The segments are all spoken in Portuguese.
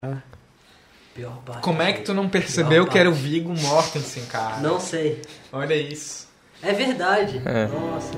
Pior parte. Como é que tu não percebeu que era o Viggo Mortensen, cara? Não sei. Olha isso. É verdade. É. Nossa.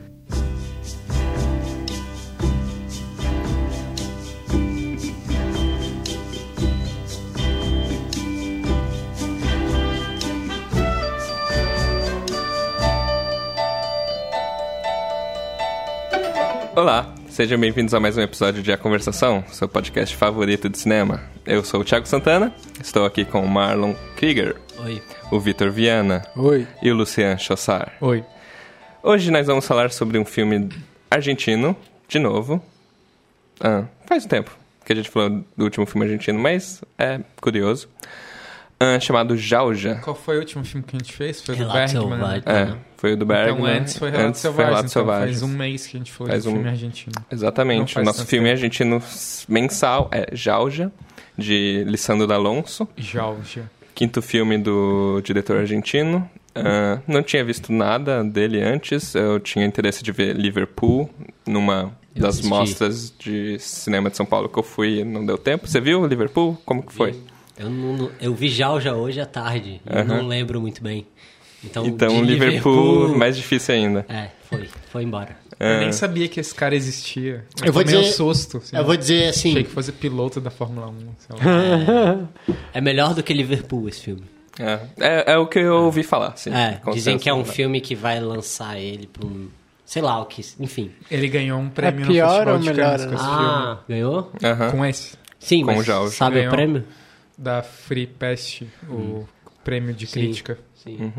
Olá, sejam bem-vindos a mais um episódio de A Conversação, seu podcast favorito de cinema. Eu sou o Thiago Santana, estou aqui com o Marlon Krieger, Oi. o Vitor Viana Oi. e o Lucian Chossar. Oi. Hoje nós vamos falar sobre um filme argentino, de novo. Faz um tempo que a gente falou do último filme argentino, mas é curioso. Chamado Jauja. Qual foi o último filme que a gente fez? Foi o do Relato Bergman, Selvagem. né? Foi o do Bergman. Então antes foi Relato Selvagem. Faz um mês que a gente falou de filme argentino. Exatamente. O nosso filme argentino mensal é Jauja, de Lisandro Alonso. Jauja. Quinto filme do diretor argentino. Não tinha visto nada dele antes. Eu tinha interesse de ver Liverpool numa das mostras de cinema de São Paulo que eu fui e não deu tempo. Você viu Liverpool? Como que foi? Eu vi Jauja hoje à tarde. Eu não lembro muito bem. Então Então Liverpool, mais difícil ainda. Foi embora. Eu nem sabia que esse cara existia. Eu vou tomei dizer- um susto. Assim. Eu vou dizer assim, Achei que fosse piloto da Fórmula 1. Sei lá. É melhor do que Liverpool esse filme. É o que eu ouvi falar, sim. Dizem que é um Consenso, filme que vai lançar ele pra um... Sei lá o que... Enfim. Ele ganhou um prêmio no pior Festival ou de melhor, Cannes com né? esse Ganhou? Aham. Com esse. Sim, Com o mas Jauja. sabe Ganhou. o prêmio? Da Free Pest, o prêmio de crítica. Sim.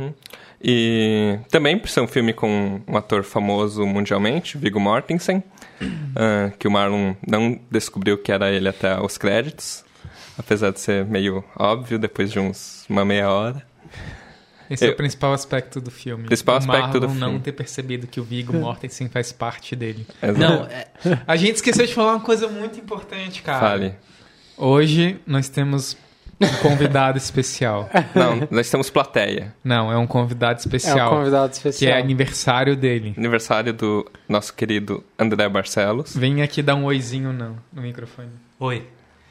E também por ser um filme com um ator famoso mundialmente, Viggo Mortensen, que o Marlon não descobriu que era ele até os créditos, apesar de ser meio óbvio depois de uma meia hora. Esse é o principal aspecto do filme. Principal aspecto do Marlon não filme. ter percebido que o Viggo Mortensen faz parte dele. Não, A gente esqueceu de falar uma coisa muito importante, cara. Fale. Hoje nós temos um convidado especial. Não, nós temos plateia. Não, é um convidado é especial. um convidado Que especial. é aniversário dele. Aniversário do nosso querido André Barcelos. Vem aqui dar um oizinho no microfone. Oi.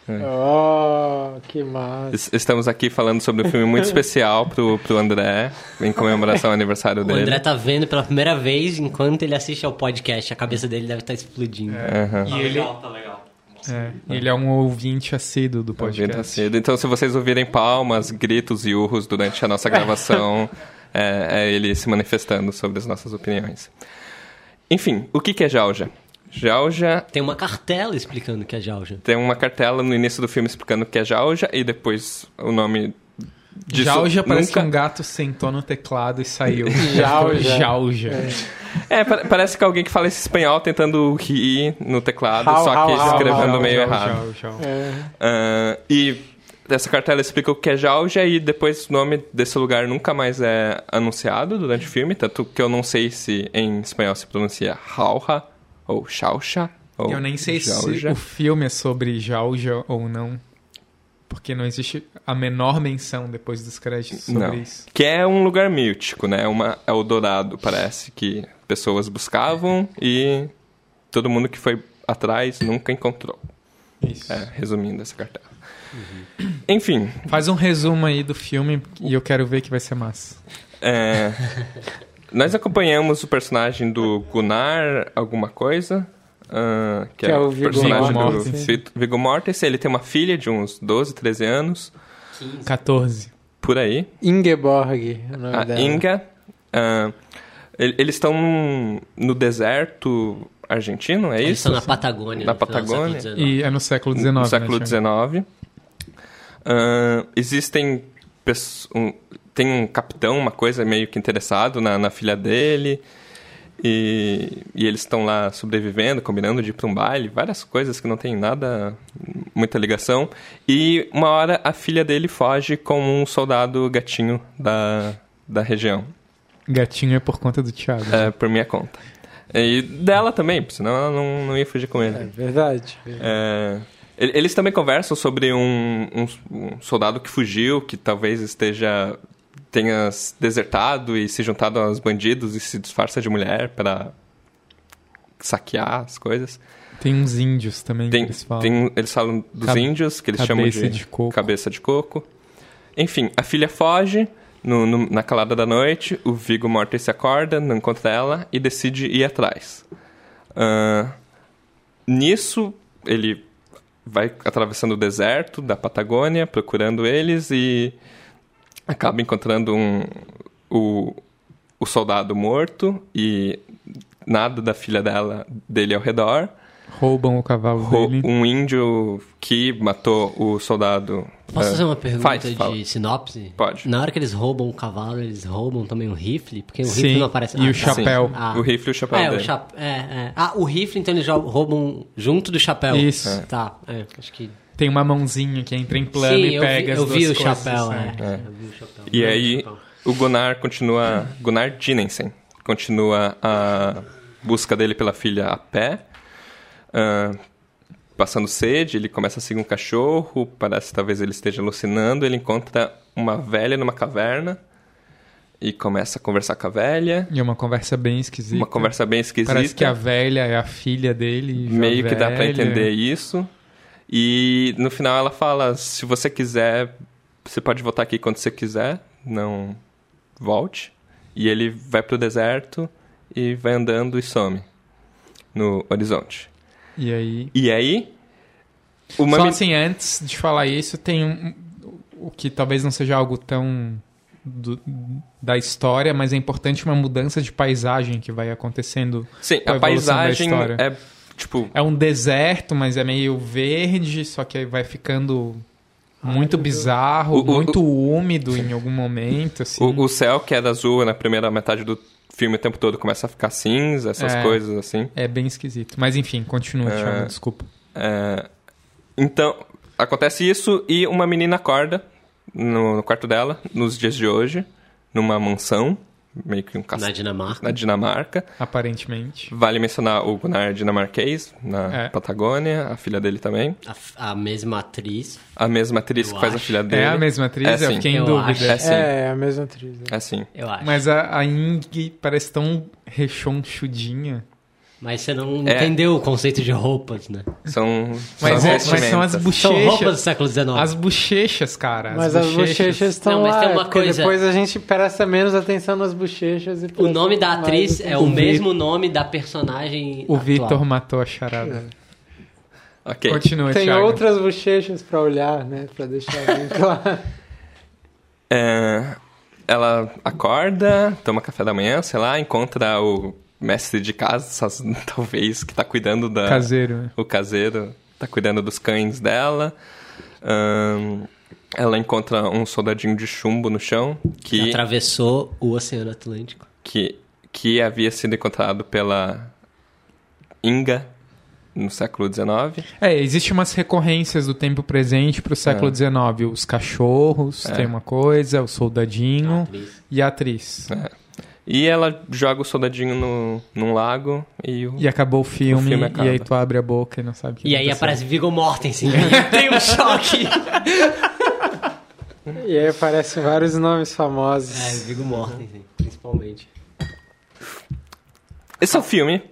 Oh, que massa. Estamos aqui falando sobre um filme muito especial pro André, em comemoração ao aniversário O dele. André tá vendo pela primeira vez enquanto ele assiste ao podcast. A cabeça dele deve estar explodindo. E ele, Tá legal. ele é um ouvinte assíduo do Ouvindo podcast. cedo. Então, se vocês ouvirem palmas, gritos e urros durante a nossa gravação, é ele se manifestando sobre as nossas opiniões. Enfim, o que é Jauja? Jauja Tem uma cartela explicando o que é Jauja. tem uma cartela no início do filme explicando o que é Jauja e depois o nome disso Jauja parece nunca... que um gato sentou no teclado e saiu. Jauja. Jauja. Parece que alguém que fala esse espanhol tentando rir no teclado, Jau, só que jau, jau, escrevendo jau, meio Jau, errado. jau. E essa cartela explica o que é Jauja e depois o nome desse lugar nunca mais é anunciado durante o filme, tanto que eu não sei se em espanhol se pronuncia Jauja ou Xauxa ou Eu nem sei se Jauja. o filme é sobre Jauja ou não. Porque não existe a menor menção depois dos créditos sobre Não. isso. Que é um lugar mítico, né? É o Dourado, parece, que pessoas buscavam e todo mundo que foi atrás nunca encontrou. Isso. Resumindo essa cartela. Enfim, Faz um resumo aí do filme e eu quero ver que vai ser massa. nós acompanhamos o personagem do Gunnar alguma coisa, que é é o o Viggo personagem Mortensen. do Viggo Mortensen. Ele tem uma filha de uns 12, 13 anos, 14. por aí. Ingeborg, o nome A dela. Inga. Eles estão no deserto argentino, é Eles isso? estão na Patagônia. Na no final do século Patagônia. XIX. E é no século XIX. No século né, Thiago? XIX. Existem... Tem um capitão, uma coisa meio que interessado na filha dele. E eles estão lá sobrevivendo, combinando de ir para um baile. Várias coisas que não tem muita ligação. E uma hora a filha dele foge com um soldado gatinho da região. Gatinho é por conta do Thiago. Por minha conta. E dela também, senão ela não ia fugir com ele. É verdade. Eles também conversam sobre um soldado que fugiu, que talvez tenha desertado e se juntado aos bandidos e se disfarça de mulher para saquear as coisas. Tem uns índios também que eles falam. Eles falam dos índios, que eles chamam de cabeça de coco. Enfim, a filha foge na calada da noite, o Viggo Mortensen acorda, não encontra ela e decide ir atrás. Nisso, ele vai atravessando o deserto da Patagônia, procurando eles e acaba encontrando o soldado morto e nada da filha dele ao redor. Roubam o cavalo dele. Um índio que matou o soldado... Posso fazer uma pergunta de sinopse? Pode. Na hora que eles roubam o cavalo, eles roubam também o rifle? Porque o rifle não aparece... E o chapéu. O rifle e o chapéu dele. O rifle, então eles roubam junto do chapéu. Isso. Tá, acho que... Tem uma mãozinha que entra em plano e pega as duas coisas. Eu vi o chapéu. E aí, o Gunnar Dinesen continua a busca dele pela filha a pé. Passando sede, ele começa a seguir um cachorro, parece que talvez ele esteja alucinando, ele encontra uma velha numa caverna e começa a conversar com a velha. E é uma conversa bem esquisita. Parece que a velha é a filha dele. Meio que dá pra entender isso. E no final ela fala, se você quiser, você pode voltar aqui quando você quiser, não volte. E ele vai pro deserto e vai andando e some no horizonte. E aí? Só assim, antes de falar isso, tem o que talvez não seja algo tão da história, mas é importante uma mudança de paisagem que vai acontecendo. Sim, a paisagem é tipo... É um deserto, mas é meio verde, só que vai ficando muito bizarro, muito úmido em algum momento. Assim. O céu, que era azul na primeira metade do filme o tempo todo, começa a ficar cinza, essas coisas assim. É bem esquisito. Mas enfim, continua, Thiago, desculpa. Então, acontece isso e uma menina acorda no quarto dela, nos dias de hoje, numa mansão, meio que um castelo. Na Dinamarca. Aparentemente. Vale mencionar o Gunnar dinamarquês, na Patagônia, a filha dele também. A mesma atriz. A mesma atriz que faz a filha dele. É a mesma atriz? Eu fiquei em dúvida. É a mesma atriz. É sim. Eu acho. Mas a Ing parece tão rechonchudinha. Mas você não entendeu o conceito de roupas, né? Mas são as bochechas. São roupas do século XIX. As bochechas, cara. Mas as bochechas estão lá. Tem uma coisa... Depois a gente presta menos atenção nas bochechas. O nome da atriz é o mesmo nome da personagem O Vitor matou a charada. Ok. Continua, Tem Thiago. outras bochechas pra olhar, né? Pra deixar bem claro. Ela acorda, toma café da manhã, sei lá, encontra o mestre de casa, talvez, que tá cuidando da... Caseiro, né? O caseiro tá cuidando dos cães dela. Ela encontra um soldadinho de chumbo no chão que atravessou o Oceano Atlântico. Que havia sido encontrado pela Inga no século XIX. Existem umas recorrências do tempo presente pro século XIX. Os cachorros, tem uma coisa, o soldadinho e a atriz. E ela joga o soldadinho num lago e acabou o filme e aí tu abre a boca e não sabe o que E aí aparece Viggo Mortensen. Tem um choque. E aí aparecem vários nomes famosos. Viggo Mortensen, principalmente. Esse é o filme.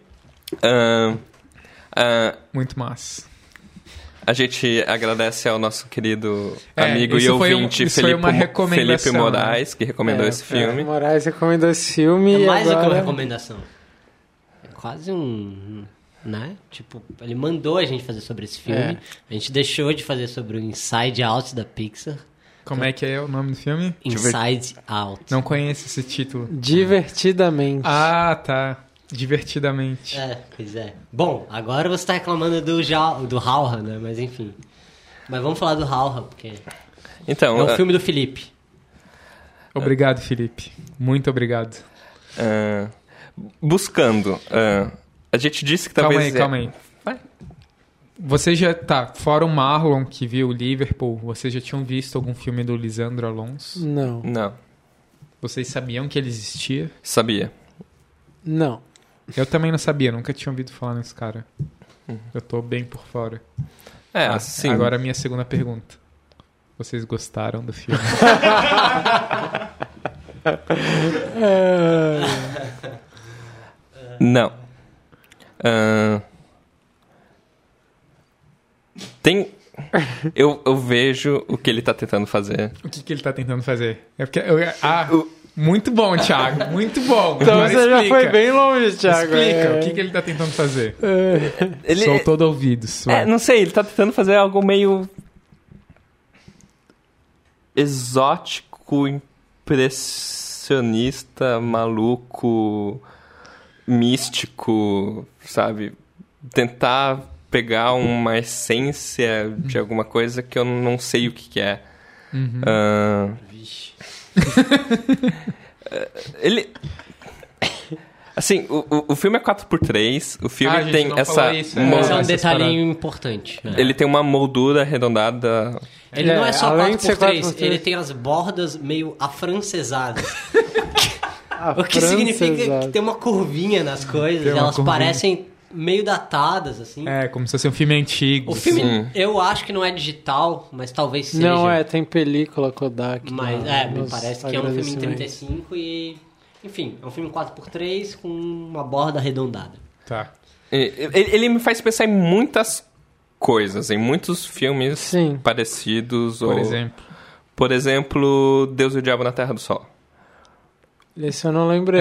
Muito massa. A gente agradece ao nosso querido amigo e ouvinte Felipe Moraes, que recomendou esse filme. Moraes recomendou esse filme. É mais do que uma recomendação. É quase né? Tipo, ele mandou a gente fazer sobre esse filme. A gente deixou de fazer sobre o Inside Out da Pixar. Como é que é o nome do filme? Inside Out. Não conheço esse título. Divertidamente. Ah, tá. Divertidamente. Pois é. Bom, agora você tá reclamando do Hauha, né? Mas enfim. Mas vamos falar do Hauha, porque então, é o filme do Felipe. Obrigado, Felipe. Muito obrigado. Buscando. A gente disse que talvez... Calma aí. Vai. Você já... Tá, fora o Marlon, que viu o Liverpool, vocês já tinham visto algum filme do Lisandro Alonso? Não. Vocês sabiam que ele existia? Sabia. Não. Eu também não sabia, nunca tinha ouvido falar nesse cara. Eu tô bem por fora. Sim. Agora a minha segunda pergunta. Vocês gostaram do filme? Não. Eu vejo o que ele tá tentando fazer. O que ele tá tentando fazer? É porque... Muito bom, Thiago. Muito bom. Então Agora você já explica. foi bem longe, Thiago. Explica o que ele tá tentando fazer. Ele, Sou todo ouvidos. vai. não sei, ele tá tentando fazer algo meio exótico, impressionista, maluco, místico, sabe? Tentar pegar uma essência de alguma coisa que eu não sei o que é. Vixe. Ele... Assim, o filme é 4x3, o filme gente, tem não essa... falou isso, Esse é um essas detalhinho importante. Né? Ele tem uma moldura arredondada. Ele não é só além de ser 4x3, 4x3. ele tem as bordas meio afrancesadas. A O que significa francesada. que tem uma curvinha nas coisas, Tem uma elas curvinha. parecem meio datadas, assim. Como se fosse um filme antigo. O filme, Sim. eu acho que não é digital, mas talvez seja. Não, tem película Kodak. Mas, me nos parece que é um filme em agradecimentos. 35 e... Enfim, é um filme 4x3 com uma borda arredondada. Tá. Ele me faz pensar em muitas coisas, em muitos filmes Sim. parecidos. Por exemplo. Por exemplo, Deus e o Diabo na Terra do Sol. Esse eu não lembrei.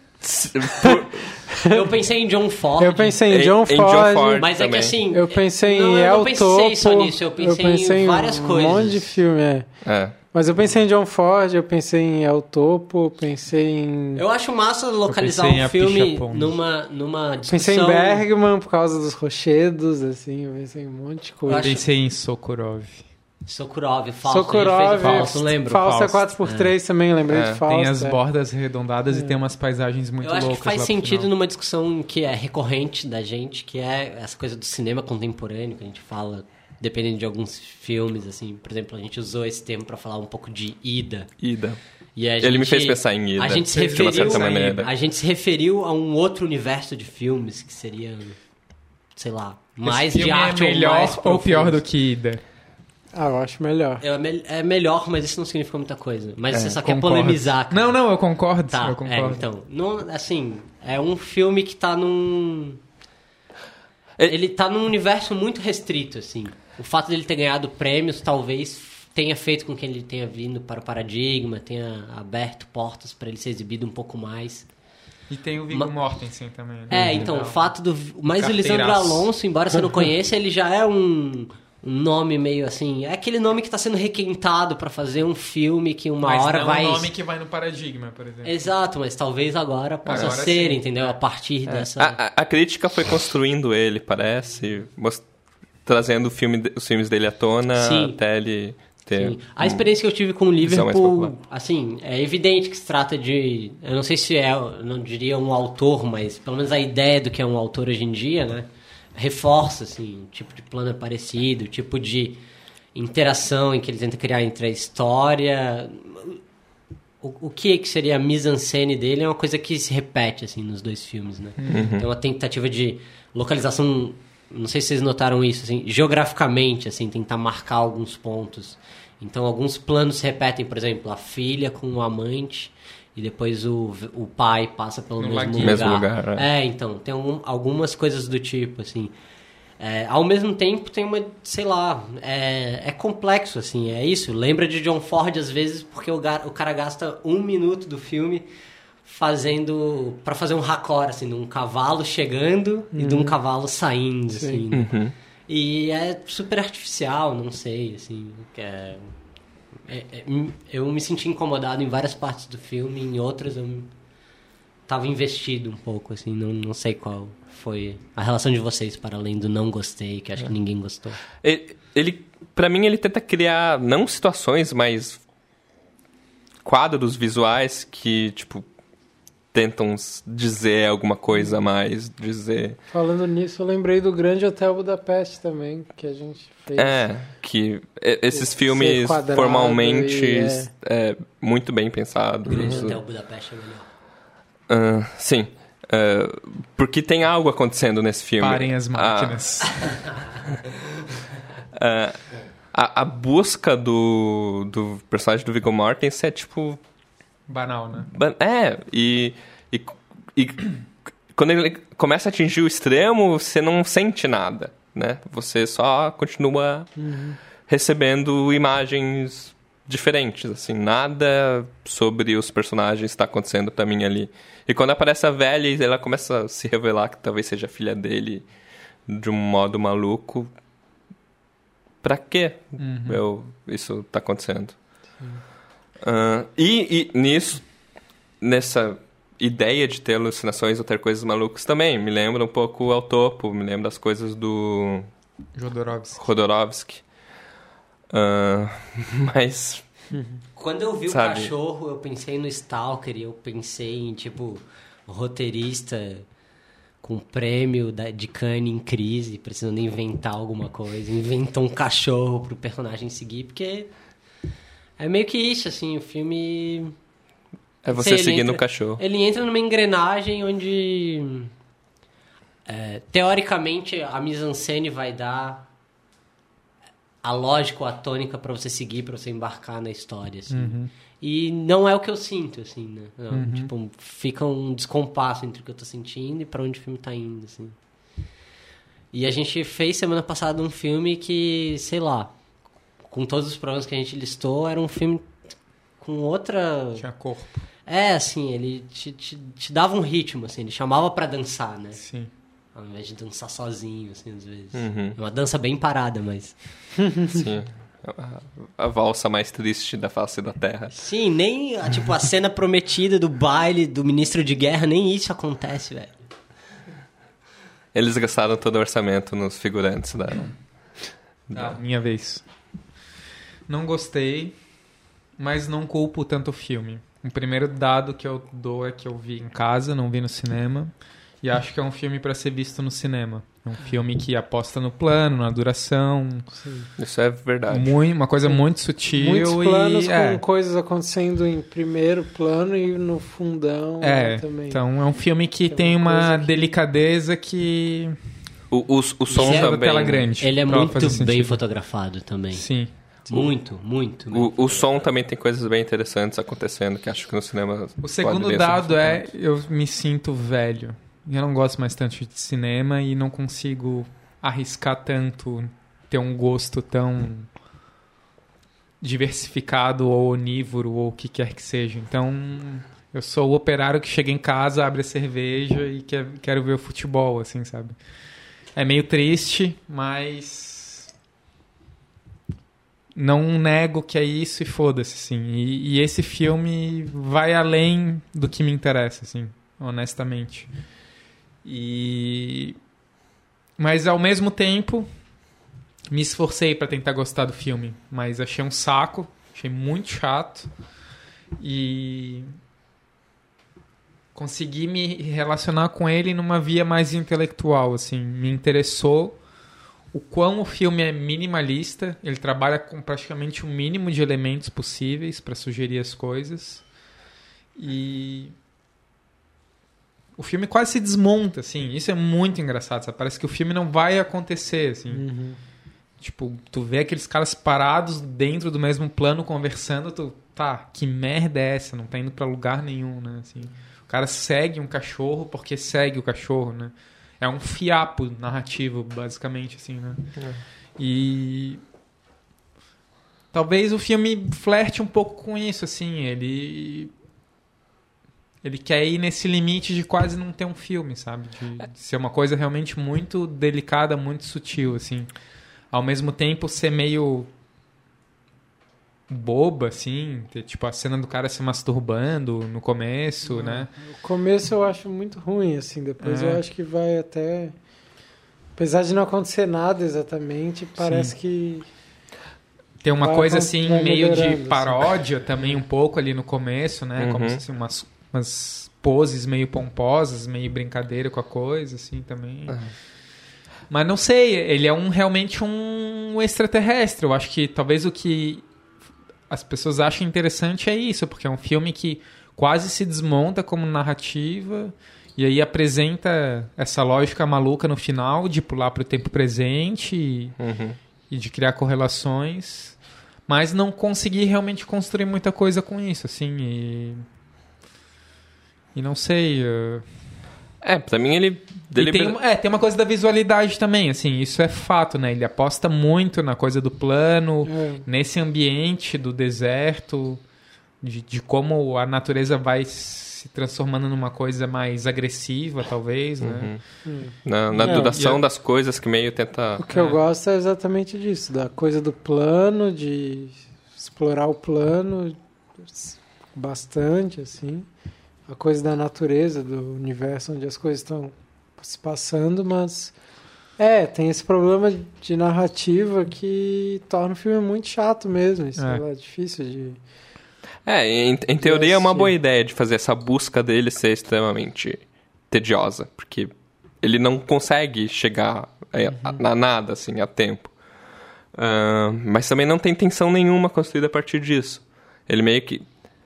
Eu pensei em John Ford. Eu pensei em John Em John Ford. Ford. Mas é que também. assim... Eu pensei não, em eu El não pensei Topo. só nisso, eu pensei em várias um coisas. monte de filme, Mas eu pensei em John Ford, eu pensei em El Topo, eu pensei em... Eu acho massa localizar pensei em um A filme Picha-Ponte. numa discussão... Pensei em Bergman por causa dos rochedos, assim, eu pensei em um monte de coisa. Eu acho- Pensei em Sokurov. Sokurov, falso. Sokurov, ele fez o falso, lembro. Falso é Falso. 4x3 também, lembrei de Falso. Tem as bordas arredondadas e tem umas paisagens muito Eu acho loucas que faz lá pro sentido final. numa discussão que é recorrente da gente, que é essa coisa do cinema contemporâneo, que a gente fala, dependendo de alguns filmes, assim. Por exemplo, a gente usou esse termo pra falar um pouco de Ida. Ida. E a Ele me gente- fez pensar em Ida, A gente se de uma referiu, certa maneira. a gente se referiu a um outro universo de filmes que seria, sei lá, mais Esse de filme arte é melhor mais ou pior profundo. do que Ida? Eu acho melhor. É melhor, mas isso não significa muita coisa. Mas você só quer Concordo. polemizar, cara. Não, eu concordo. Tá, eu concordo. então. Não, assim, é um filme que tá num... Ele- Ele tá num universo muito restrito, assim. O fato dele ter ganhado prêmios talvez tenha feito com que ele tenha vindo para o Paradigma, tenha aberto portas para ele ser exibido um pouco mais. E tem o Viggo Mortensen também. Né? Então, o Legal. fato do... Mas o Lisandro Carteiraço. Alonso, embora você não conheça, ele já é um nome meio assim... É aquele nome que tá sendo requentado para fazer um filme que uma Mas hora não vai... o nome que vai no Paradigma, por exemplo. Exato, mas talvez agora possa Agora ser, sim. entendeu? A partir dessa... A crítica foi construindo ele, parece, trazendo os filmes dele à tona Sim. até ele ter... Sim. A experiência que eu tive com o visão mais Liverpool, popular. assim, é evidente que se trata de... Eu não sei se eu não diria um autor, mas pelo menos a ideia do que é um autor hoje em dia, né? Reforça, assim, o tipo de plano é parecido, o tipo de interação em que ele tenta criar entre a história... O que seria a mise-en-scène dele é uma coisa que se repete, assim, nos dois filmes, né? Tem uma tentativa de localização... Não sei se vocês notaram isso, assim, geograficamente, assim, tentar marcar alguns pontos. Então, alguns planos se repetem, por exemplo, a filha com o amante e depois o pai passa pelo No mesmo laguinho. lugar. Mesmo lugar, Então, tem algumas coisas do tipo, assim. Ao mesmo tempo, tem uma, sei lá, é complexo, assim, é isso. Lembra de John Ford, às vezes, porque o cara gasta 1 minuto do filme para fazer um raccord, assim, de um cavalo chegando e de um cavalo saindo, assim. E é super artificial, não sei, assim, eu me senti incomodado em várias partes do filme, em outras eu tava investido um pouco, assim, não sei qual foi a relação de vocês para além do não gostei, que acho que ninguém gostou. Ele, pra mim, ele tenta criar, não situações, mas quadros visuais que, tipo, tentam dizer alguma coisa a mais, dizer... Falando nisso, eu lembrei do Grande Hotel Budapeste também, que a gente fez. Que esses Ser filmes quadrado formalmente e muito bem pensados. Grande Hotel Budapeste é melhor. Sim. Porque tem algo acontecendo nesse filme. Parem as máquinas. A busca do personagem do Viggo Mortensen é tipo... Banal, né? E quando ele começa a atingir o extremo, você não sente nada. né? Você só continua recebendo imagens diferentes, assim, nada sobre os personagens está acontecendo pra mim ali. E quando aparece a velha e ela começa a se revelar que talvez seja a filha dele de um modo maluco, pra quê isso tá acontecendo? E nessa ideia de ter alucinações ou ter coisas malucas também, me lembra um pouco Ao Topo, me lembra das coisas do Jodorowsky. Mas... Quando eu vi o cachorro, eu pensei no Stalker e eu pensei em, tipo, roteirista com prêmio de Cannes em crise, precisando inventar alguma coisa. Inventou um cachorro pro personagem seguir, porque é meio que isso, assim, o filme... É você seguindo o cachorro. Ele entra numa engrenagem onde, teoricamente, a mise-en-scène vai dar a lógica ou a tônica pra você seguir, pra você embarcar na história, assim. E não é o que eu sinto, assim, né? Não, tipo, fica um descompasso entre o que eu tô sentindo e pra onde o filme tá indo, assim. E a gente fez semana passada um filme que, sei lá, com todos os problemas que a gente listou, era um filme com outra... Tinha corpo. Assim, ele te dava um ritmo, assim, ele chamava pra dançar, né? Sim. Ao invés de dançar sozinho, assim, às vezes. É uma dança bem parada, mas... Sim. A valsa mais triste da face da Terra. Sim, nem a cena prometida do baile do ministro de guerra, nem isso acontece, velho. Eles gastaram todo o orçamento nos figurantes minha vez. Não gostei, mas não culpo tanto o filme. O primeiro dado que eu dou é que eu vi em casa, não vi no cinema. E acho que é um filme para ser visto no cinema. É um filme que aposta no plano, na duração. Sim. Isso é verdade. Uma coisa muito sutil. Muitos planos com coisas acontecendo em primeiro plano e no fundão também. Então é um filme que tem uma delicadeza que... O som também. Tela grande. Ele é muito bem fotografado também. Sim. Muito. O som também tem coisas bem interessantes acontecendo que acho que no cinema... O segundo dado eu me sinto velho. Eu não gosto mais tanto de cinema e não consigo arriscar tanto, ter um gosto tão diversificado ou onívoro ou o que quer que seja. Então, eu sou o operário que chega em casa, abre a cerveja e quero ver o futebol, assim, sabe? É meio triste, mas não nego que é isso e foda-se, assim. E esse filme vai além do que me interessa, assim, honestamente. Mas ao mesmo tempo me esforcei para tentar gostar do filme, mas achei um saco, achei muito chato e consegui me relacionar com ele numa via mais intelectual, assim, me interessou o quão o filme é minimalista, ele trabalha com praticamente o mínimo de elementos possíveis para sugerir as coisas e o filme quase se desmonta, assim. Isso é muito engraçado, sabe? Parece que o filme não vai acontecer, assim. Tipo, tu vê aqueles caras parados dentro do mesmo plano conversando, que merda é essa? Não tá indo pra lugar nenhum, né? Assim, o cara segue um cachorro porque segue o cachorro, né? É um fiapo narrativo, basicamente, assim, né? E talvez o filme flerte um pouco com isso, assim. Ele quer ir nesse limite de quase não ter um filme, sabe? De ser uma coisa realmente muito delicada, muito sutil, assim. Ao mesmo tempo, ser meio boba, assim. Ter, tipo, a cena do cara se masturbando no começo, né? No começo eu acho muito ruim, assim. Depois eu acho que vai até... Apesar de não acontecer nada exatamente, parece que... Tem uma coisa, assim, meio de paródia também, um pouco ali no começo, né? Como se fosse umas poses meio pomposas, meio brincadeira com a coisa, assim, também. Mas não sei, ele é realmente um extraterrestre. Eu acho que talvez o que as pessoas acham interessante é isso, porque é um filme que quase se desmonta como narrativa e aí apresenta essa lógica maluca no final de pular para o tempo presente e de criar correlações, mas não conseguir realmente construir muita coisa com isso, assim, e não sei... Pra mim ele... Tem uma coisa da visualidade também, assim, isso é fato, né? Ele aposta muito na coisa do plano, nesse ambiente do deserto, de como a natureza vai se transformando numa coisa mais agressiva, talvez, né? Na duração das coisas que meio tenta... O que eu gosto é exatamente disso, da coisa do plano, de explorar o plano bastante, assim. A coisa da natureza, do universo onde as coisas estão se passando, mas tem esse problema de narrativa que torna o filme muito chato mesmo, isso é difícil de... Em teoria é uma boa ideia de fazer essa busca dele ser extremamente tediosa, porque ele não consegue chegar a nada, assim, a tempo. Mas também não tem tensão nenhuma construída a partir disso. Ele meio que...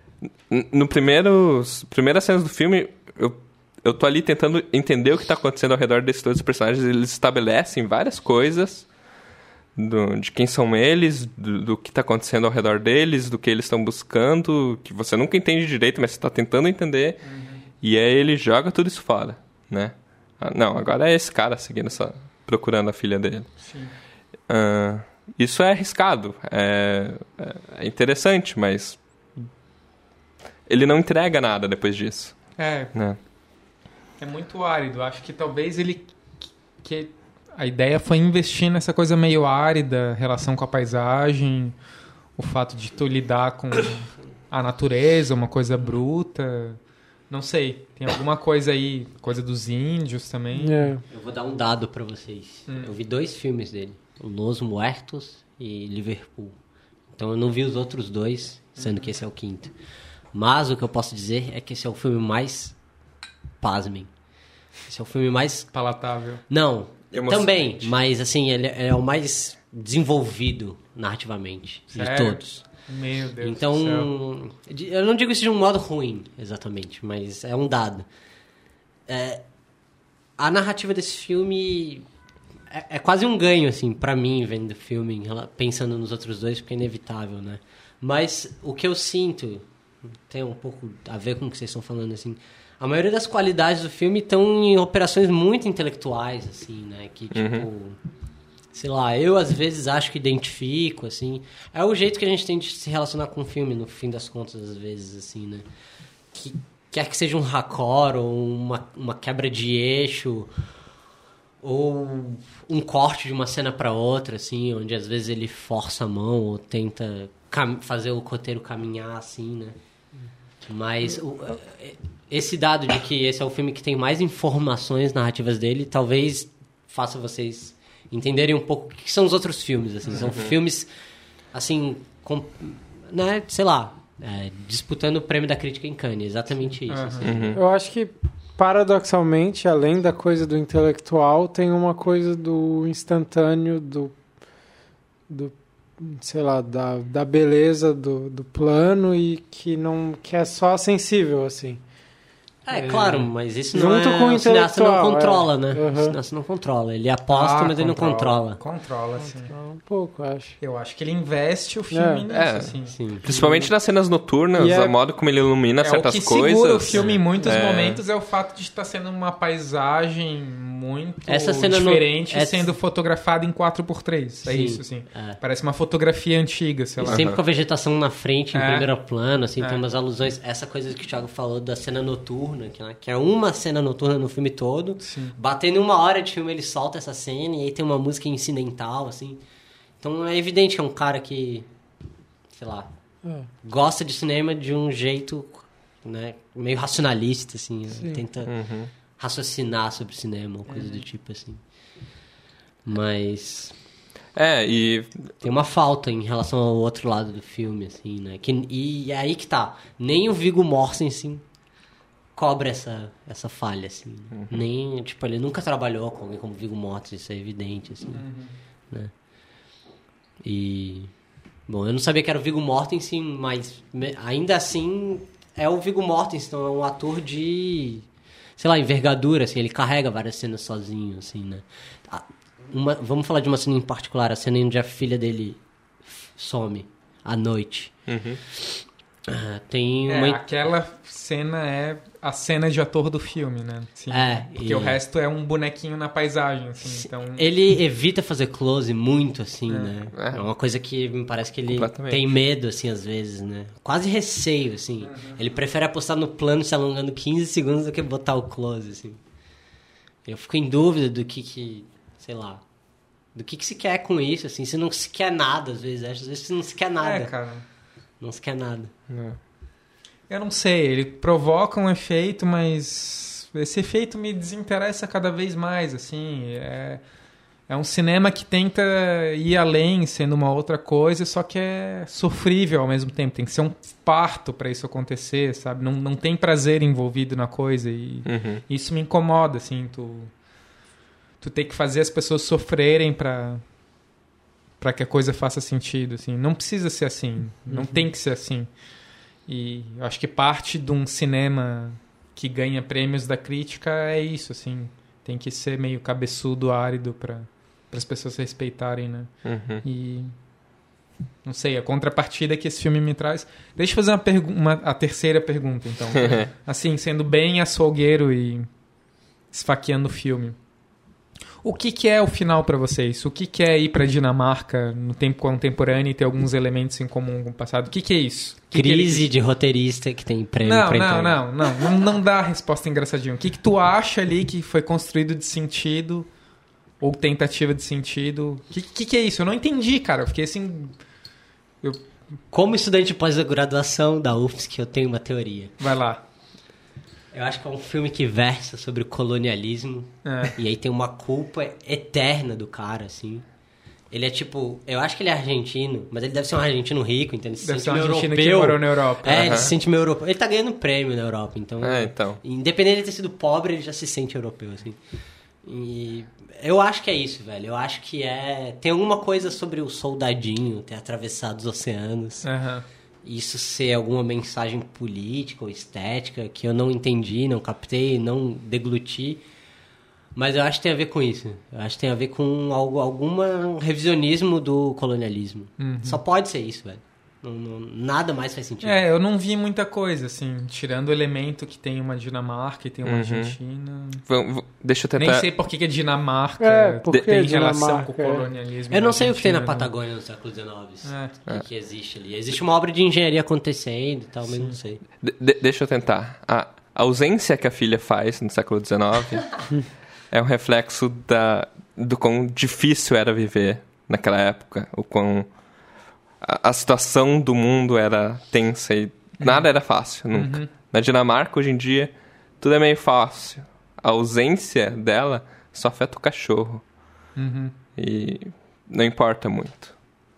primeiras cenas do filme, eu tô ali tentando entender o que tá acontecendo ao redor desses dois personagens. Eles estabelecem várias coisas de quem são eles, do que tá acontecendo ao redor deles, do que eles estão buscando, que você nunca entende direito, mas você tá tentando entender. E aí ele joga tudo isso fora, né? Não, agora é esse cara procurando a filha dele. Sim. Isso é arriscado, é interessante, mas ele não entrega nada depois disso. Né? É muito árido. Acho que talvez que a ideia foi investir nessa coisa meio árida, relação com a paisagem, o fato de tu lidar com a natureza, uma coisa bruta. Não sei, tem alguma coisa aí, coisa dos índios também. Eu vou dar um dado pra vocês. Eu vi 2 filmes dele, Los Muertos e Liverpool. Então eu não vi os outros 2, sendo que esse é o 5º. Mas o que eu posso dizer é que esse é o filme mais... Pasmem. Esse é o filme mais... Palatável. Não, também, mas assim, ele é o mais desenvolvido narrativamente. Sério? De todos. Meu Deus então, do céu. Eu não digo isso de um modo ruim, exatamente, mas é um dado. A narrativa desse filme é quase um ganho, assim, pra mim, vendo o filme, pensando nos outros 2, porque é inevitável, né? Mas o que eu sinto tem um pouco a ver com o que vocês estão falando, assim. A maioria das qualidades do filme estão em operações muito intelectuais, assim, né? Que, tipo... Sei lá, eu às vezes acho que identifico, assim. É o jeito que a gente tem de se relacionar com o filme, no fim das contas, às vezes, assim, né? Quer que seja um raccord, ou uma quebra de eixo, ou um corte de uma cena para outra, assim, onde às vezes ele força a mão, ou tenta fazer o roteiro caminhar, assim, né? Mas esse dado de que esse é o filme que tem mais informações narrativas dele, talvez faça vocês entenderem um pouco o que são os outros filmes, assim. São filmes, assim, né, sei lá, disputando o prêmio da crítica em Cannes, exatamente isso. Assim. Eu acho que, paradoxalmente, além da coisa do intelectual, tem uma coisa do instantâneo, do sei lá, da beleza do plano e que é só sensível, assim. Claro, mas isso junto não com o o cineasta não controla, né? Uhum. O cineasta não controla. Ele aposta, mas ele não controla. Controla, sim. Um pouco, acho. Eu acho que ele investe o filme nisso, assim. Sim. Principalmente nas cenas noturnas, o modo como ele ilumina certas coisas. O que segura o filme em muitos momentos é o fato de estar sendo uma paisagem muito diferente sendo fotografada em 4x3. É isso, assim. Parece uma fotografia antiga, sei lá. Sempre com a vegetação na frente, em primeiro plano, assim, tem umas alusões. Essa coisa que o Thiago falou da cena noturna, que é uma cena noturna no filme todo. Sim. Batendo 1 hora de filme, ele solta essa cena e aí tem uma música incidental, assim. Então é evidente que é um cara que, sei lá, gosta de cinema de um jeito, né, meio racionalista, assim. Né? Tenta raciocinar sobre cinema, ou coisa do tipo, assim. Mas... e... Tem uma falta em relação ao outro lado do filme, assim, né? E é aí que tá. Nem o Viggo Mortensen cobra essa falha, assim. Nem, tipo, ele nunca trabalhou com alguém como Viggo Mortensen, isso é evidente, assim. Né? E... Bom, eu não sabia que era o Viggo Mortensen, mas ainda assim é o Viggo Mortensen, então é um ator de, sei lá, envergadura, assim, ele carrega várias cenas sozinho, assim, né? Vamos falar de uma cena em particular, a cena onde a filha dele some à noite. Tem aquela cena é a cena de ator do filme, né? Sim, porque o resto é um bonequinho na paisagem, assim, então... Ele evita fazer close muito, assim, né? É uma coisa que me parece que ele tem medo, assim, às vezes, né? Quase receio, assim. Ele prefere apostar no plano se alongando 15 segundos do que botar o close, assim. Eu fico em dúvida do que sei lá, do que se quer com isso, assim. Se não se quer nada, às vezes não se quer nada. Cara. Não se quer nada. Eu não sei, ele provoca um efeito, mas esse efeito me desinteressa cada vez mais, assim. É um cinema que tenta ir além, sendo uma outra coisa, só que é sofrível ao mesmo tempo. Tem que ser um parto para isso acontecer, sabe? Não tem prazer envolvido na coisa e isso me incomoda, assim. Tu tem que fazer as pessoas sofrerem para que a coisa faça sentido, assim. Não precisa ser assim, não tem que ser assim. E eu acho que parte de um cinema que ganha prêmios da crítica é isso, assim. Tem que ser meio cabeçudo, árido para as pessoas respeitarem, né? E não sei, a contrapartida que esse filme me traz... Deixa eu fazer a terceira pergunta, então. Assim, sendo bem açougueiro e esfaqueando o filme. O que é o final para vocês? O que é ir para Dinamarca no tempo contemporâneo e ter alguns elementos em comum com o passado? O que é isso? Crise de roteirista que tem prêmio não dá a resposta engraçadinha. O que tu acha ali que foi construído de sentido ou tentativa de sentido? O que é isso? Eu não entendi, cara. Eu fiquei assim... Como estudante de pós-graduação da UFSC, eu tenho uma teoria. Vai lá. Eu acho que é um filme que versa sobre o colonialismo. E aí tem uma culpa eterna do cara, assim. Ele é tipo... Eu acho que ele é argentino, mas ele deve ser um argentino rico, então ele se deve sente ser um meio argentino europeu. Que morou na Europa. Ele se sente meio europeu. Ele tá ganhando prêmio na Europa, então... Independente de ter sido pobre, ele já se sente europeu, assim. E eu acho que é isso, velho. Eu acho que tem alguma coisa sobre o soldadinho ter atravessado os oceanos. Isso ser alguma mensagem política ou estética que eu não entendi, não captei, não degluti. Mas eu acho que tem a ver com isso. Eu acho que tem a ver com algum revisionismo do colonialismo. Só pode ser isso, velho. Nada mais faz sentido. Eu não vi muita coisa, assim, tirando o elemento que tem uma Dinamarca e tem uma Argentina. Deixa eu tentar... Nem sei por que a Dinamarca tem relação com o colonialismo. Eu não sei o que tem na Patagônia no século XIX. O que existe ali. Existe uma obra de engenharia acontecendo e tal, mas não sei. Deixa eu tentar. A ausência que a filha faz no século XIX é um reflexo do quão difícil era viver naquela época, o quão... A situação do mundo era tensa e nada era fácil, nunca. Na Dinamarca, hoje em dia, tudo é meio fácil. A ausência dela só afeta o cachorro. E não importa muito.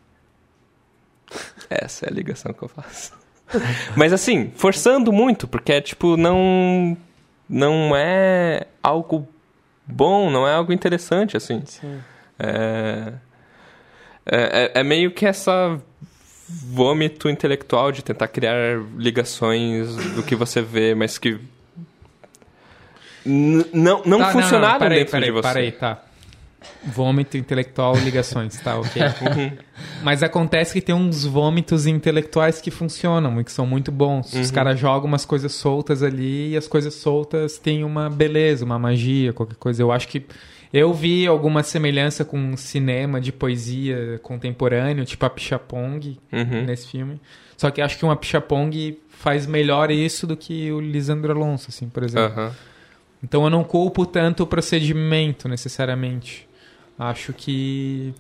Essa é a ligação que eu faço. Mas assim, forçando muito, porque é tipo, não é algo bom, não é algo interessante, assim. Sim. É meio que essa vômito intelectual de tentar criar ligações do que você vê, mas que não funcionaram dentro de você. Peraí, tá. Vômito intelectual, ligações, tá, ok. Mas acontece que tem uns vômitos intelectuais que funcionam e que são muito bons. Os caras jogam umas coisas soltas ali e as coisas soltas têm uma beleza, uma magia, qualquer coisa. Eu acho que eu vi alguma semelhança com cinema de poesia contemporâneo, tipo a Pichapong, nesse filme. Só que acho que uma Pichapong faz melhor isso do que o Lisandro Alonso, assim, por exemplo. Então eu não culpo tanto o procedimento, necessariamente. Acho que...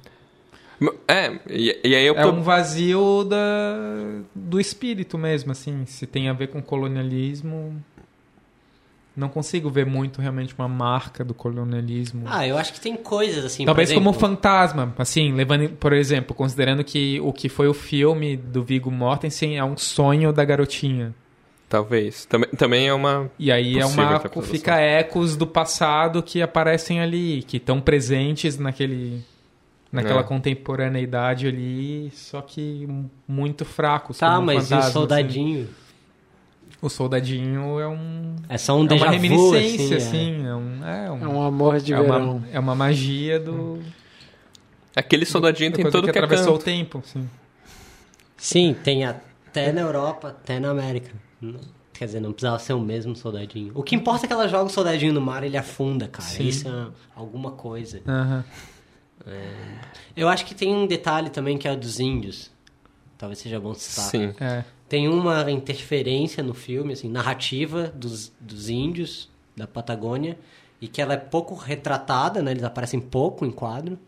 E aí é um vazio do espírito mesmo, assim. Se tem a ver com colonialismo... Não consigo ver muito realmente uma marca do colonialismo. Eu acho que tem coisas assim. Talvez por exemplo, como fantasma, assim, levando, por exemplo, considerando que o que foi o filme do Viggo Mortensen é um sonho da garotinha. Talvez. Também é uma... E aí fica ecos do passado que aparecem ali, que estão presentes naquela contemporaneidade ali, só que muito fracos. Tá, mas e o soldadinho? Assim. O soldadinho é um... É só um déjà vu, uma reminiscência, assim. É um amor de verão. É uma magia do... Aquele soldadinho tem todo que atravessou o tempo, sim. Sim, tem Até na Europa, até na América. Quer dizer, não precisava ser o mesmo soldadinho. O que importa é que ela joga o soldadinho no mar e ele afunda, cara. Sim. Isso é alguma coisa. Eu acho que tem um detalhe também que é o dos índios. Talvez seja bom citar. Sim. Tem uma interferência no filme, assim, narrativa dos índios da Patagônia, e que ela é pouco retratada, né? Eles aparecem pouco em quadro.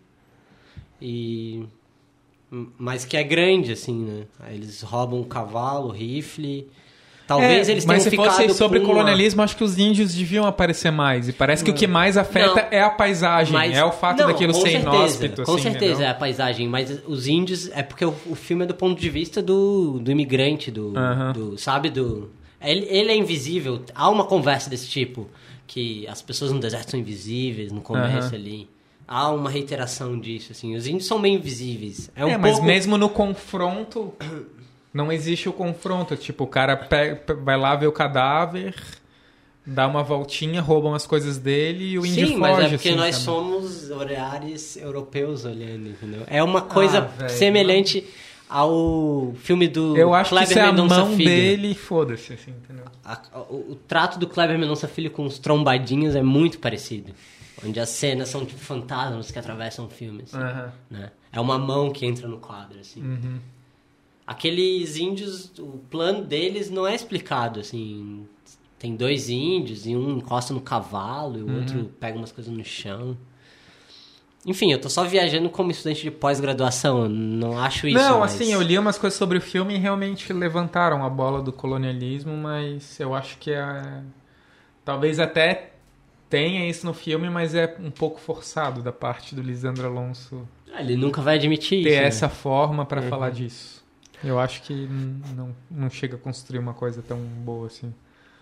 Mas que é grande, assim, né? Eles roubam um cavalo, rifle. Talvez eles tenham ficado... Mas se fosse sobre colonialismo, acho que os índios deviam aparecer mais. E parece que o que mais afeta é a paisagem. É o fato daquilo ser inóspito. Com certeza é a paisagem. Mas os índios... É porque o filme é do ponto de vista do imigrante, sabe? Ele é invisível. Há uma conversa desse tipo. Que as pessoas no deserto são invisíveis no começo ali. Há uma reiteração disso, assim. Os índios são meio invisíveis. Mas mesmo no confronto... Não existe o confronto. Tipo, o cara vai lá ver o cadáver, dá uma voltinha, roubam as coisas dele e o índio foge. Sim, mas é porque nós somos olhares europeus olhando, entendeu? É uma coisa semelhante ao filme do Eu acho Kleber que isso é Mendonça a mão Filho. Dele, foda-se, assim, entendeu? O trato do Kleber Mendonça Filho com os trombadinhos é muito parecido. Onde as cenas são tipo fantasmas que atravessam o filme, assim, né? É uma mão que entra no quadro, assim. Aqueles índios, o plano deles não é explicado, assim. Tem 2 índios e um encosta no cavalo e o outro pega umas coisas no chão. Enfim, eu tô só viajando como estudante de pós-graduação, não acho isso. Não, assim, eu li umas coisas sobre o filme e realmente levantaram a bola do colonialismo, mas eu acho que talvez até tenha isso no filme, mas é um pouco forçado da parte do Lisandro Alonso. Ele nunca vai admitir ter isso. Essa forma para falar disso. Eu acho que não chega a construir uma coisa tão boa assim.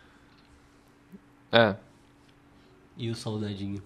E o soldadinho?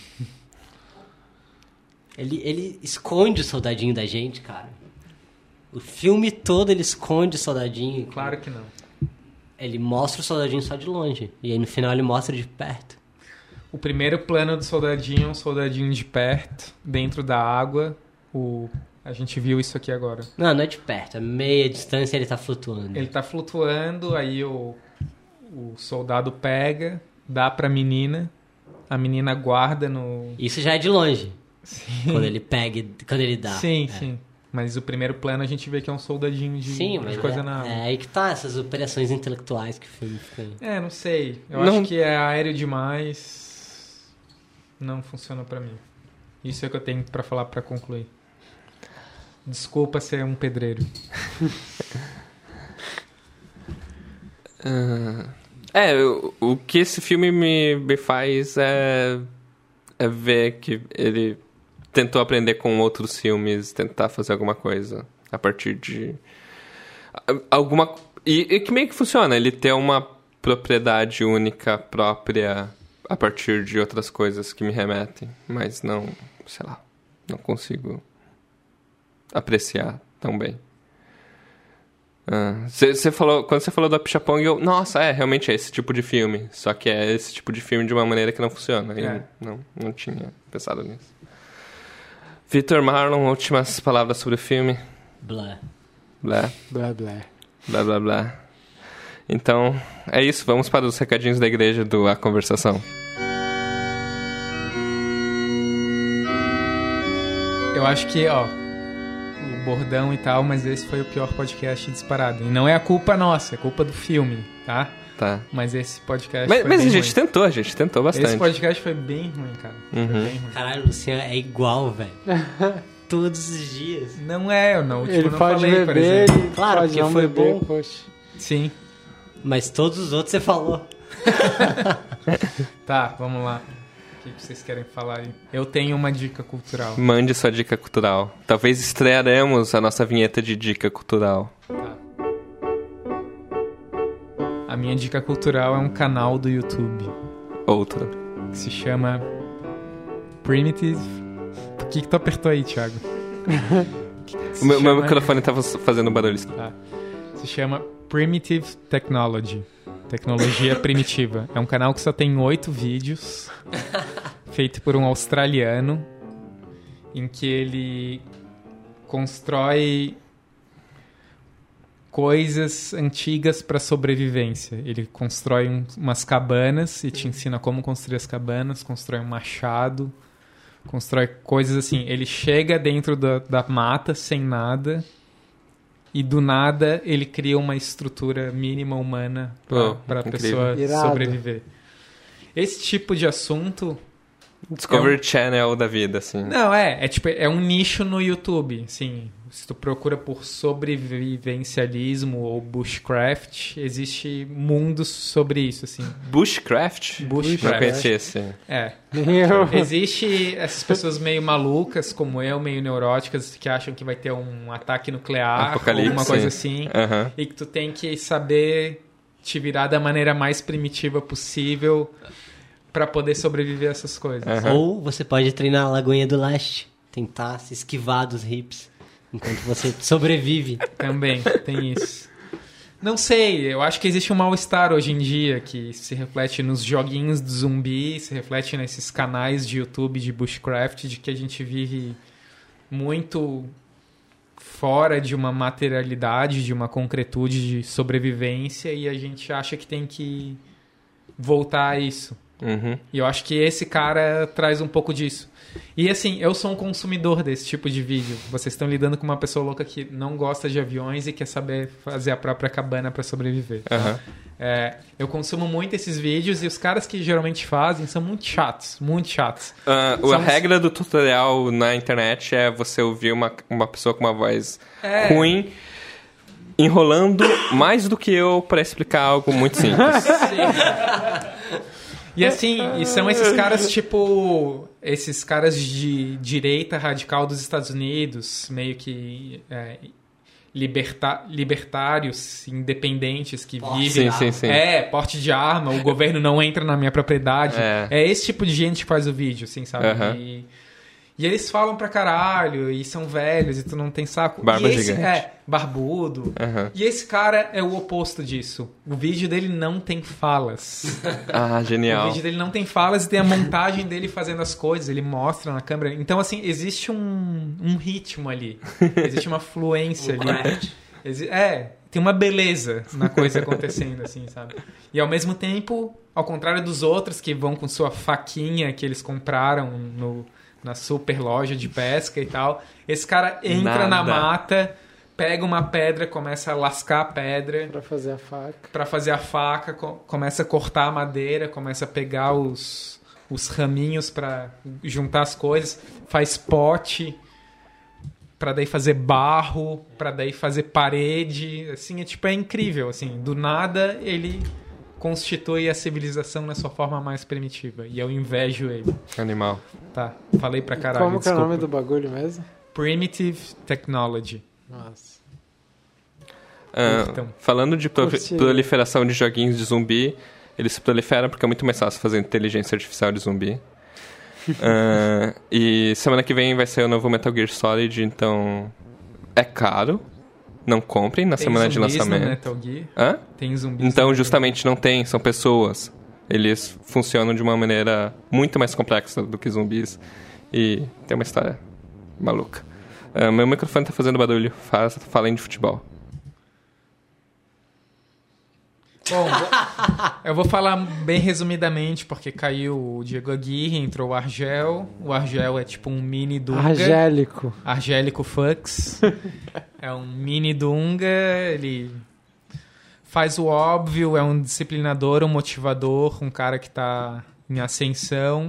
Ele esconde o soldadinho da gente, cara. O filme todo ele esconde o soldadinho. Claro que não. Ele mostra o soldadinho só de longe. E aí no final ele mostra de perto. O primeiro plano do soldadinho é um soldadinho de perto, dentro da água. A gente viu isso aqui agora. Não é de perto. É meia distância e ele tá flutuando. Ele tá flutuando, aí o soldado pega, dá pra menina. A menina guarda no... Isso já é de longe. Sim. Quando ele pega, quando ele dá. Sim, sim. Mas o primeiro plano a gente vê que é um soldadinho de coisa na água. É aí que tá, essas operações intelectuais que o filme fica... não sei. Eu acho que é aéreo demais. Não funciona pra mim. Isso é o que eu tenho pra falar pra concluir. Desculpa ser um pedreiro. O que esse filme me faz é ver que ele tentou aprender com outros filmes, tentar fazer alguma coisa a partir de alguma... E que meio que funciona, ele ter uma propriedade única própria a partir de outras coisas que me remetem, mas não, sei lá, não consigo apreciar tão bem. Quando você falou do Apichatpong, nossa, realmente é esse tipo de filme. Só que é esse tipo de filme de uma maneira que não funciona. Eu não tinha pensado nisso. Vitor Marlon, últimas palavras sobre o filme? Blá. Blá. Blá, blá. Blá, blá, blá. Então, é isso. Vamos para os recadinhos da igreja do A Conversação. Eu acho que, o bordão e tal, mas esse foi o pior podcast disparado. E não é a culpa nossa, é culpa do filme, tá? Tá. Mas esse podcast foi bem ruim. A gente tentou bastante. Esse podcast foi bem ruim, cara. Foi bem ruim. Caralho, o Luciano é igual, velho. Todos os dias. Não é, eu não. Ele não pode falei, beber, por exemplo. Claro, porque foi bom. Poxa. Sim. Mas todos os outros você falou. Tá, vamos lá. O que vocês querem falar aí? Eu tenho uma dica cultural. Mande sua dica cultural. Talvez estrearemos a nossa vinheta de dica cultural. Tá. A minha dica cultural é um canal do YouTube. Outra. Que se chama Primitive... Por que tu apertou aí, Thiago? Meu microfone tava fazendo barulho. Tá. Se chama Primitive Technology. Tecnologia primitiva. É um canal que só tem 8 vídeos, feito por um australiano, em que ele constrói coisas antigas para sobrevivência. Ele constrói umas cabanas e te ensina como construir as cabanas, constrói um machado, constrói coisas assim. Ele chega dentro da mata sem nada e do nada ele cria uma estrutura mínima humana para a pessoa sobreviver. Esse tipo de assunto... Discovery Channel da vida, assim. Não, é um nicho no YouTube, assim. Se tu procura por sobrevivencialismo ou bushcraft, existe mundos sobre isso, assim. Bushcraft? Não conhecia esse. Existe essas pessoas meio malucas, como eu, meio neuróticas, que acham que vai ter um ataque nuclear, Apocalipse, alguma coisa assim, e que tu tem que saber te virar da maneira mais primitiva possível para poder sobreviver a essas coisas. Ou você pode treinar a Lagoinha do Leste, tentar se esquivar dos hips enquanto você sobrevive. Também, tem isso. Não sei, eu acho que existe um mal-estar hoje em dia que se reflete nos joguinhos de zumbi, se reflete nesses canais de YouTube de bushcraft, de que a gente vive muito fora de uma materialidade, de uma concretude de sobrevivência, e a gente acha que tem que voltar a isso. E eu acho que esse cara traz um pouco disso. E assim, eu sou um consumidor desse tipo de vídeo. Vocês estão lidando com uma pessoa louca que não gosta de aviões e quer saber fazer a própria cabana para sobreviver. Eu consumo muito esses vídeos e os caras que geralmente fazem são muito chatos, muito chatos. A regra do tutorial na internet é você ouvir uma pessoa com uma voz ruim enrolando mais do que eu para explicar algo muito simples. E assim, e são esses caras tipo... Esses caras de direita radical dos Estados Unidos, meio que libertários, independentes, que vivem... Sim. Porte de arma, o governo não entra na minha propriedade. É esse tipo de gente que faz o vídeo, assim, sabe? E eles falam pra caralho, e são velhos, e tu não tem saco. Barba gigante. Barbudo. E esse cara é o oposto disso. O vídeo dele não tem falas. Genial. O vídeo dele não tem falas e tem a montagem dele fazendo as coisas, ele mostra na câmera. Então, assim, existe um ritmo ali. Existe uma fluência ali. Tem uma beleza na coisa acontecendo, assim, sabe? E ao mesmo tempo, ao contrário dos outros que vão com sua faquinha que eles compraram na super loja de pesca e tal. Esse cara entra na mata, pega uma pedra, começa a lascar a pedra. Pra fazer a faca. Começa a cortar a madeira, começa a pegar os raminhos pra juntar as coisas. Faz pote, pra daí fazer barro, pra daí fazer parede. Assim, é incrível, assim. Do nada, ele constitui a civilização na sua forma mais primitiva. E eu invejo ele. Animal. Tá, falei pra caralho. Como que é o nome do bagulho mesmo? Primitive Technology. Nossa. Falando de proliferação de joguinhos de zumbi, eles se proliferam porque é muito mais fácil fazer inteligência artificial de zumbi. E semana que vem vai sair o novo Metal Gear Solid, então é caro. Não comprem na semana de lançamento. No Metal Gear? Tem zumbis. Então, justamente não tem, são pessoas. Eles funcionam de uma maneira muito mais complexa do que zumbis. E tem uma história maluca. Meu microfone tá fazendo barulho. Falem de futebol. Bom, eu vou falar bem resumidamente, porque caiu o Diego Aguirre, entrou o Argel. O Argel é tipo um mini Dunga. Argélico Fux. É um mini Dunga, ele faz o óbvio, é um disciplinador, um motivador, um cara que tá em ascensão.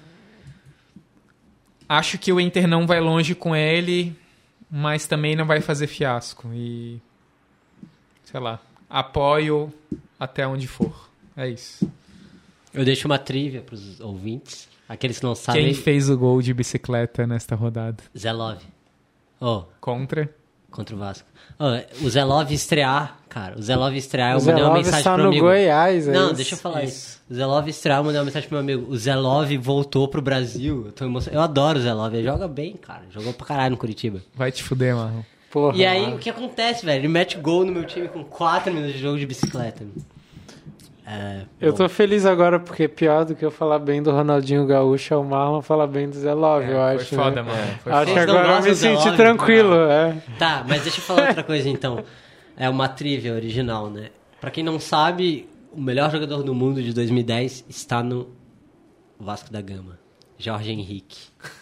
Acho que o Inter não vai longe com ele, mas também não vai fazer fiasco. E, sei lá, apoio até onde for. É isso. Eu deixo uma trivia pros ouvintes. Aqueles que não sabem... Quem fez o gol de bicicleta nesta rodada? Zelov. Contra o Vasco. O Zelov estrear, cara. O Zelov estrear, eu mandei uma mensagem pro meu amigo. Goiás, não, deixa eu falar isso. O Zelov estrear, eu mandei uma mensagem pro meu amigo. O Zelov voltou pro Brasil. Eu tô emocionado. Eu adoro o Zelov. Ele joga bem, cara. Jogou pra caralho no Curitiba. Vai te fuder, Marlon. Porra, e aí, o que acontece, velho? Ele mete gol no meu time com 4 minutos de jogo de bicicleta. Eu tô feliz agora, porque pior do que eu falar bem do Ronaldinho Gaúcho é o Marlon falar bem do Zé Love, eu acho. Foi foda, mano. Acho que agora eu me senti tranquilo. Tá, mas deixa eu falar outra coisa, então. É uma trivia original, né? Pra quem não sabe, o melhor jogador do mundo de 2010 está no Vasco da Gama. Jorge Henrique.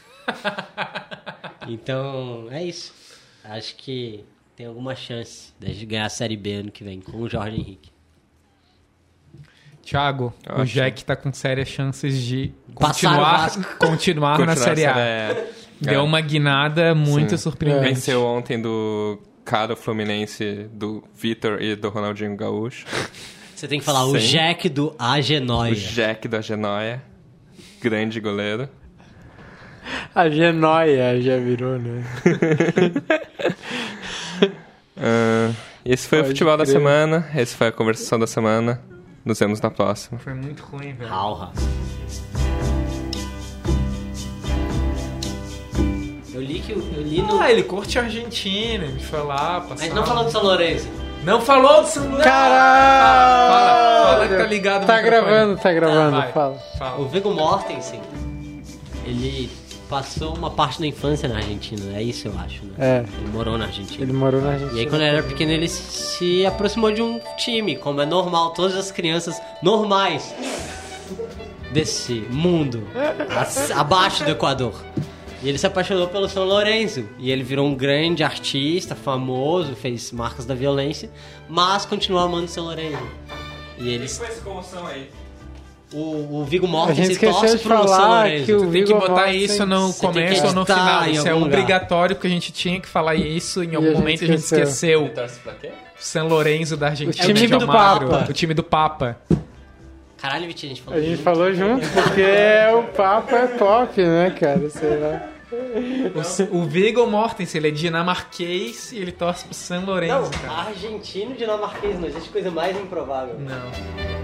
Então, é isso. Acho que tem alguma chance de ganhar a Série B ano que vem com o Jorge Henrique. Thiago, o Jack tá com sérias chances de continuar na Série A. Deu uma guinada muito surpreendente. Venceu ontem do cara Fluminense, do Vitor e do Ronaldinho Gaúcho. Você tem que falar o Jack do Agenoia. O Jack do Agenoia. Grande goleiro. A Genoia já virou, né? Esse foi o futebol da semana. Esse foi a conversação da semana. Nos vemos na próxima. Foi muito ruim, velho. Eu li no... ele curte a Argentina, ele foi lá, passar... Mas não falou do São Lourenço. Não falou do São Lourenço! Caralho! Fala que tá ligado no Tá gravando, fala. O Viggo Mortensen, ele passou uma parte da infância na Argentina, é isso eu acho, né? Ele morou na Argentina. E aí quando ele era pequeno ele se aproximou de um time, como é normal, todas as crianças normais desse mundo, abaixo do Equador. E ele se apaixonou pelo São Lourenço. E ele virou um grande artista, famoso, fez marcas da violência, mas continuou amando o São Lourenço. E eles... Qual foi essa comoção aí? O Viggo Mortensen torce pro São Lourenço. Tem que botar isso no começo ou no final. Isso é obrigatório, porque a gente tinha que falar isso. Em algum momento a gente esqueceu. Ele torce pra quê? São Lourenço da Argentina. O time do Papa. O time do Papa. Caralho, Vitinho, a gente falou junto, porque o Papa é top, né, cara? Sei lá. O Viggo Mortensen, ele é dinamarquês e ele torce pro São Lourenço. Não, argentino dinamarquês, não existe coisa mais improvável. Não.